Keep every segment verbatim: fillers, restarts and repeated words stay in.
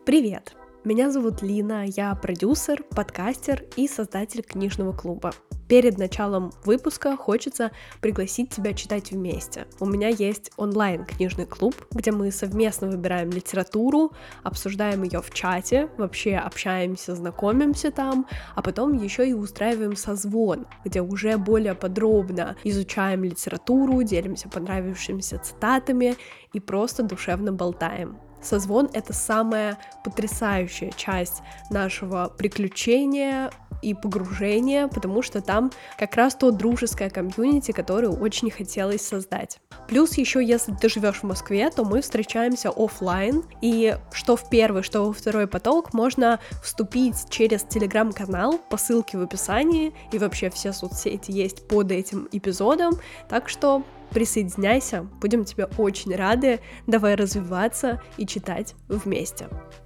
Привет! Меня зовут Лина, я продюсер, подкастер и создатель книжного клуба. Перед началом выпуска хочется пригласить тебя читать вместе. У меня есть онлайн-книжный клуб, где мы совместно выбираем литературу, обсуждаем ее в чате, вообще общаемся, знакомимся там, а потом еще и устраиваем созвон, где уже более подробно изучаем литературу, делимся понравившимися цитатами и просто душевно болтаем. Созвон — это самая потрясающая часть нашего приключения и погружения, потому что там как раз то дружеское комьюнити, которое очень хотелось создать. Плюс еще, если ты живешь в Москве, то мы встречаемся офлайн, и что в первый, что во второй поток можно вступить через телеграм-канал по ссылке в описании, и вообще все соцсети есть под этим эпизодом, так что присоединяйся, будем тебе очень рады, давай развиваться и читать вместе.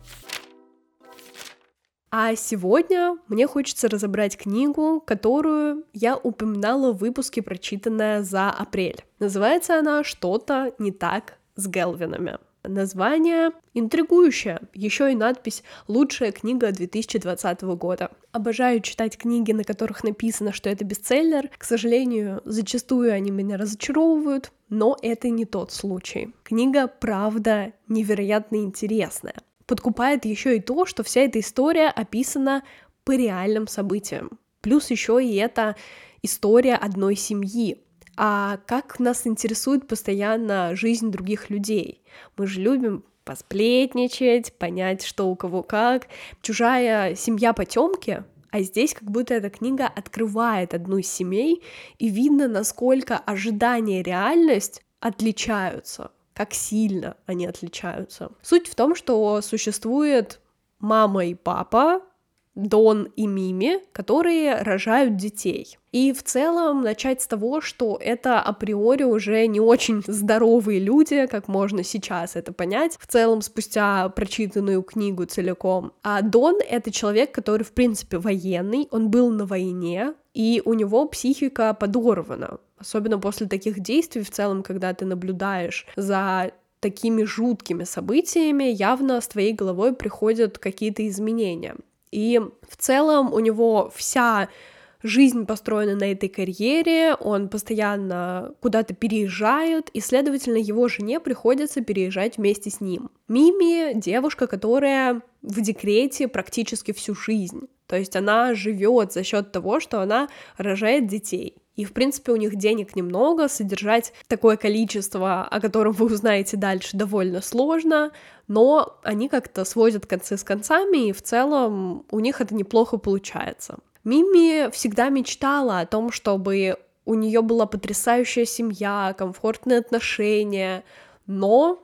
А сегодня мне хочется разобрать книгу, которую я упоминала в выпуске «Прочитанное за апрель». Называется она «Что-то не так с Гелвинами». Название интригующее, еще и надпись «Лучшая книга две тысячи двадцатого года». Обожаю читать книги, на которых написано, что это бестселлер. К сожалению, зачастую они меня разочаровывают, но это не тот случай. Книга, правда, невероятно интересная. Подкупает еще и то, что вся эта история описана по реальным событиям. Плюс еще и это история одной семьи. А как нас интересует постоянно жизнь других людей? Мы же любим посплетничать, понять, что у кого как. Чужая семья потемки, а здесь как будто эта книга открывает одну из семей, и видно, насколько ожидания и реальность отличаются, как сильно они отличаются. Суть в том, что существует мама и папа, Дон и Мими, которые рожают детей. И в целом начать с того, что это априори уже не очень здоровые люди, как можно сейчас это понять, в целом спустя прочитанную книгу целиком. А Дон — это человек, который, в принципе, военный, он был на войне, и у него психика подорвана. Особенно после таких действий, в целом, когда ты наблюдаешь за такими жуткими событиями, явно с твоей головой приходят какие-то изменения. И в целом у него вся жизнь построена на этой карьере, он постоянно куда-то переезжает, и, следовательно, его жене приходится переезжать вместе с ним. Мими — девушка, которая в декрете практически всю жизнь, то есть она живет за счет того, что она рожает детей. И, в принципе, у них денег немного, содержать такое количество, о котором вы узнаете дальше, довольно сложно, но они как-то сводят концы с концами, и в целом у них это неплохо получается. Мими всегда мечтала о том, чтобы у нее была потрясающая семья, комфортные отношения, но,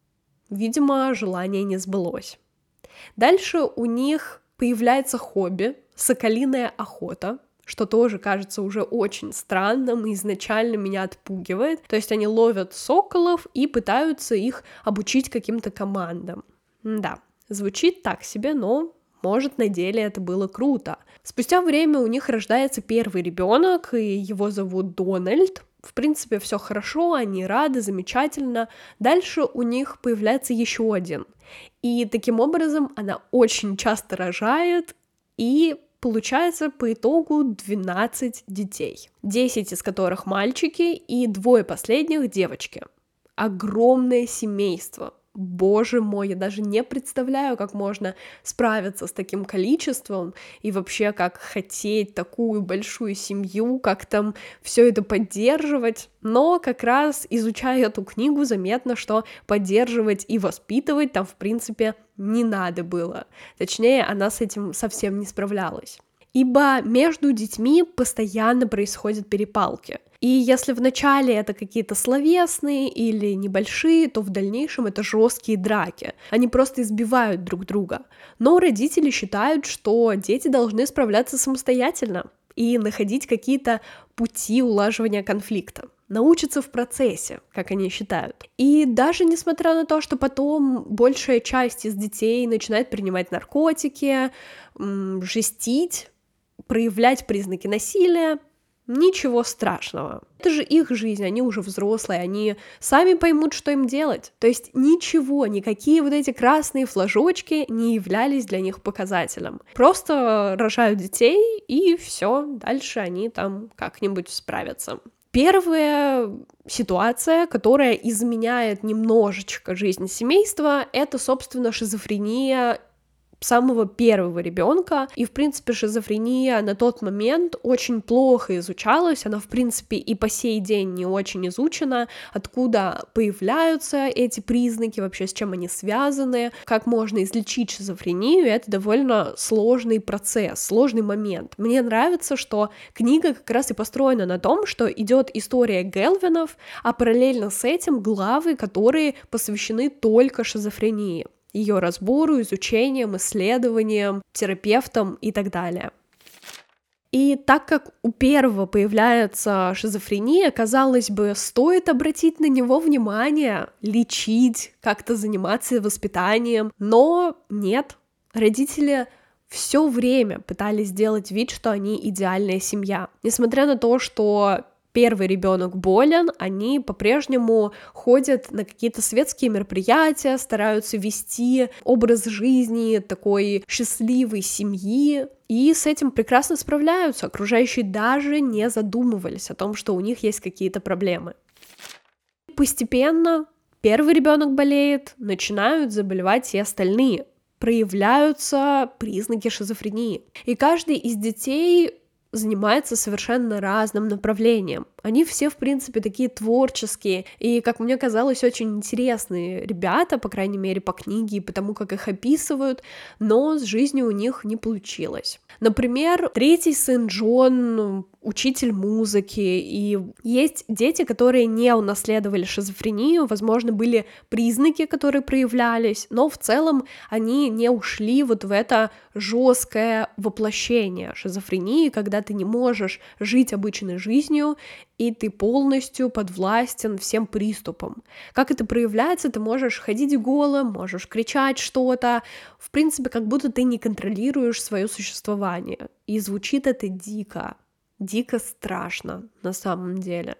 видимо, желание не сбылось. Дальше у них появляется хобби — соколиная охота, что тоже кажется уже очень странным и изначально меня отпугивает. То есть они ловят соколов и пытаются их обучить каким-то командам. Да, звучит так себе, но, может, на деле это было круто. Спустя время у них рождается первый ребенок, и его зовут Дональд. В принципе, все хорошо, они рады, замечательно. Дальше у них появляется еще один. И таким образом она очень часто рожает, и получается по итогу двенадцать детей, десять из которых мальчики и двое последних девочки. Огромное семейство. Боже мой, я даже не представляю, как можно справиться с таким количеством и вообще как хотеть такую большую семью, как там все это поддерживать. Но как раз изучая эту книгу, заметно, что поддерживать и воспитывать там в принципе не надо было. Точнее, она с этим совсем не справлялась. Ибо между детьми постоянно происходят перепалки. И если в начале это какие-то словесные или небольшие, то в дальнейшем это жесткие драки. Они просто избивают друг друга. Но родители считают, что дети должны справляться самостоятельно и находить какие-то пути улаживания конфликта. Научатся в процессе, как они считают. И даже несмотря на то, что потом большая часть из детей начинает принимать наркотики, м- жестить, проявлять признаки насилия, Ничего страшного. Это же их жизнь, они уже взрослые, они сами поймут, что им делать. То есть ничего, никакие вот эти красные флажочки не являлись для них показателем. Просто рожают детей, и все, дальше они там как-нибудь справятся. Первая ситуация, которая изменяет немножечко жизнь семейства, это, собственно, шизофрения самого первого ребенка. И, в принципе, шизофрения на тот момент очень плохо изучалась, она, в принципе, и по сей день не очень изучена, откуда появляются эти признаки, вообще с чем они связаны, как можно излечить шизофрению, это довольно сложный процесс, сложный момент. Мне нравится, что книга как раз и построена на том, что идет история Гелвинов, а параллельно с этим главы, которые посвящены только шизофрении, ее разбору, изучениям, исследованиям, терапевтам и так далее. И так как у первого появляется шизофрения, казалось бы, стоит обратить на него внимание, лечить, как-то заниматься воспитанием, но нет. Родители все время пытались сделать вид, что они идеальная семья. Несмотря на то, что первый ребенок болен, они по-прежнему ходят на какие-то светские мероприятия, стараются вести образ жизни такой счастливой семьи, и с этим прекрасно справляются. Окружающие даже не задумывались о том, что у них есть какие-то проблемы. Постепенно первый ребенок болеет, начинают заболевать и остальные. Проявляются признаки шизофрении. И каждый из детей занимается совершенно разным направлением. Они все, в принципе, такие творческие и, как мне казалось, очень интересные ребята, по крайней мере, по книге и потому, как их описывают, но с жизнью у них не получилось. Например, третий сын Джон — учитель музыки, и есть дети, которые не унаследовали шизофрению, возможно, были признаки, которые проявлялись, но в целом они не ушли вот в это жесткое воплощение шизофрении, когда ты не можешь жить обычной жизнью, и ты полностью подвластен всем приступам. Как это проявляется? Ты можешь ходить голым, можешь кричать что-то, в принципе, как будто ты не контролируешь свое существование. И звучит это дико, дико страшно на самом деле.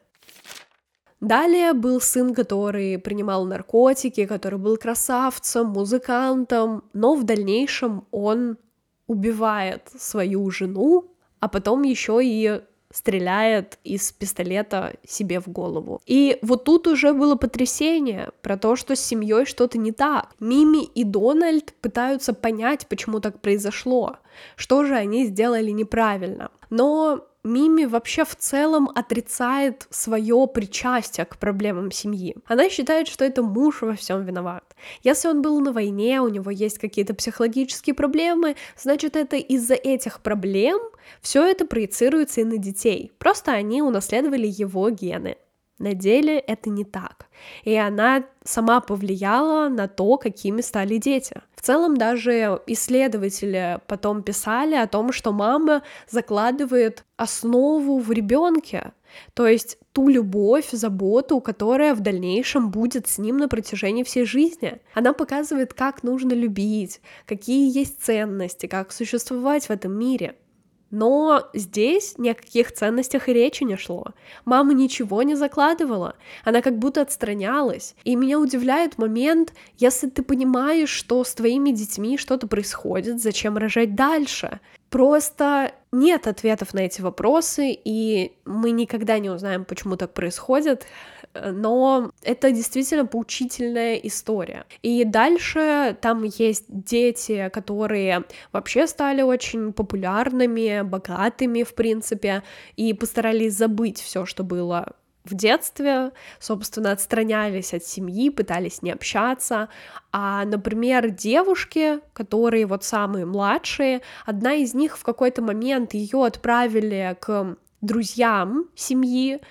Далее был сын, который принимал наркотики, который был красавцем, музыкантом, но в дальнейшем он убивает свою жену, а потом еще и стреляет из пистолета себе в голову. И вот тут уже было потрясение про то, что с семьей что-то не так. Мими и Дональд пытаются понять, почему так произошло, что же они сделали неправильно. Но Мими вообще в целом отрицает свое причастие к проблемам семьи. Она считает, что это муж во всем виноват. Если он был на войне, у него есть какие-то психологические проблемы, значит, это из-за этих проблем все это проецируется и на детей. Просто они унаследовали его гены. На деле это не так. И она сама повлияла на то, какими стали дети. В целом даже исследователи потом писали о том, что мама закладывает основу в ребенке, то есть ту любовь, заботу, которая в дальнейшем будет с ним на протяжении всей жизни. Она показывает, как нужно любить, какие есть ценности, как существовать в этом мире. Но здесь ни о каких ценностях и речи не шло. Мама ничего не закладывала, она как будто отстранялась. И меня удивляет момент, если ты понимаешь, что с твоими детьми что-то происходит, зачем рожать дальше? Просто нет ответов на эти вопросы, и мы никогда не узнаем, почему так происходит, но это действительно поучительная история. И дальше там есть дети, которые вообще стали очень популярными, богатыми, в принципе, и постарались забыть все, что было в детстве, собственно, отстранялись от семьи, пытались не общаться, а, например, девушки, которые вот самые младшие, одна из них в какой-то момент ее отправили к друзьям семьи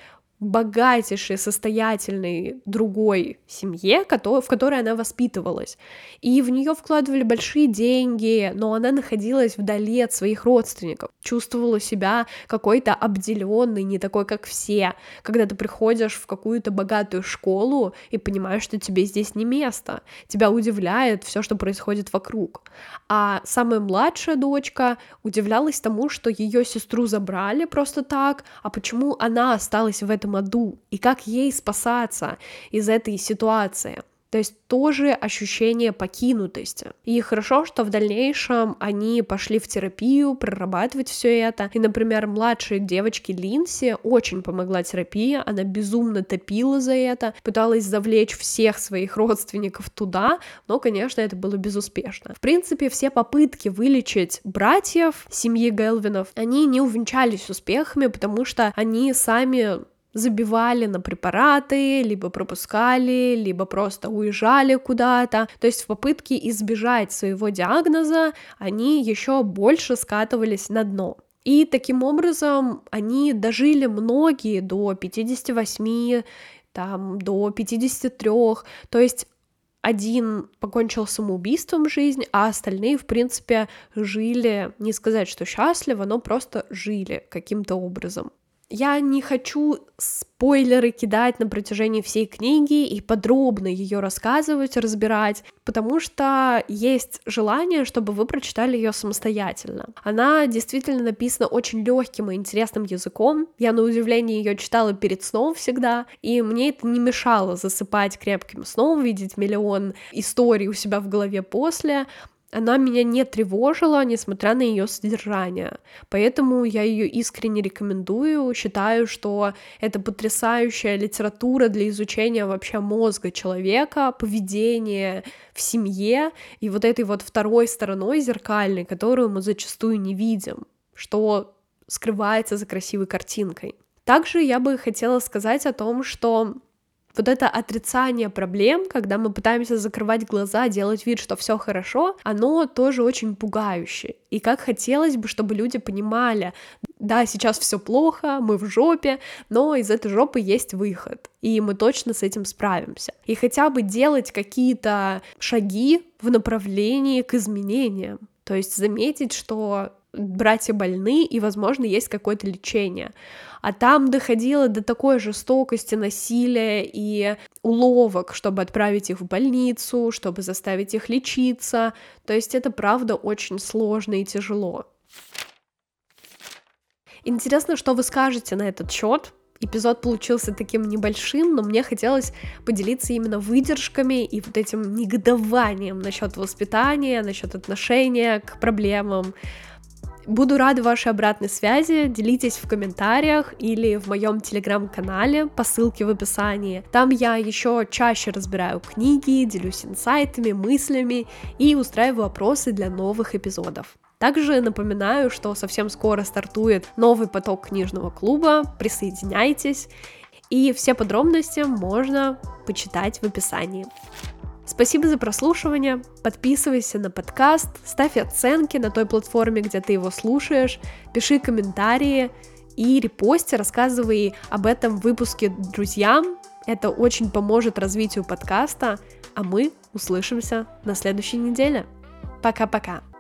богатейшей, состоятельной другой семье, в которой она воспитывалась. И в нее вкладывали большие деньги, но она находилась вдали от своих родственников, чувствовала себя какой-то обделенной, не такой, как все. Когда ты приходишь в какую-то богатую школу и понимаешь, что тебе здесь не место, тебя удивляет все, что происходит вокруг. А самая младшая дочка удивлялась тому, что ее сестру забрали просто так, а почему она осталась в этом аду, и как ей спасаться из этой ситуации. То есть тоже ощущение покинутости. И хорошо, что в дальнейшем они пошли в терапию, прорабатывать все это. И, например, младшей девочке Линси очень помогла терапия, она безумно топила за это, пыталась завлечь всех своих родственников туда, но, конечно, это было безуспешно. В принципе, все попытки вылечить братьев семьи Гелвинов, они не увенчались успехами, потому что они сами забивали на препараты, либо пропускали, либо просто уезжали куда-то. То есть в попытке избежать своего диагноза они еще больше скатывались на дно. И таким образом они дожили многие до пятидесяти восьми, там, до пятидесяти трёх, то есть один покончил самоубийством жизнь, а остальные, в принципе, жили, не сказать, что счастливо, но просто жили каким-то образом. Я не хочу спойлеры кидать на протяжении всей книги и подробно ее рассказывать, разбирать, потому что есть желание, чтобы вы прочитали ее самостоятельно. Она действительно написана очень легким и интересным языком. Я, на удивление, ее читала перед сном всегда, и мне это не мешало засыпать крепким сном, видеть миллион историй у себя в голове после. Она меня не тревожила, несмотря на ее содержание, поэтому я ее искренне рекомендую, считаю, что это потрясающая литература для изучения вообще мозга человека, поведения в семье и вот этой вот второй стороной зеркальной, которую мы зачастую не видим, что скрывается за красивой картинкой. Также я бы хотела сказать о том, что вот это отрицание проблем, когда мы пытаемся закрывать глаза, делать вид, что все хорошо, оно тоже очень пугающее. И как хотелось бы, чтобы люди понимали, да, сейчас все плохо, мы в жопе, но из этой жопы есть выход, и мы точно с этим справимся. И хотя бы делать какие-то шаги в направлении к изменениям, то есть заметить, что братья больны, и, возможно, есть какое-то лечение. А там доходило до такой жестокости, насилия и уловок, чтобы отправить их в больницу, чтобы заставить их лечиться. То есть это, правда, очень сложно и тяжело. Интересно, что вы скажете на этот счет. Эпизод получился таким небольшим, но мне хотелось поделиться именно выдержками и вот этим негодованием насчет воспитания, насчет отношения к проблемам. Буду рада вашей обратной связи, делитесь в комментариях или в моем телеграм-канале по ссылке в описании. Там я еще чаще разбираю книги, делюсь инсайтами, мыслями и устраиваю опросы для новых эпизодов. Также напоминаю, что совсем скоро стартует новый поток книжного клуба, присоединяйтесь, и все подробности можно почитать в описании. Спасибо за прослушивание, подписывайся на подкаст, ставь оценки на той платформе, где ты его слушаешь, пиши комментарии и репости, рассказывай об этом выпуске друзьям, это очень поможет развитию подкаста, а мы услышимся на следующей неделе. Пока-пока!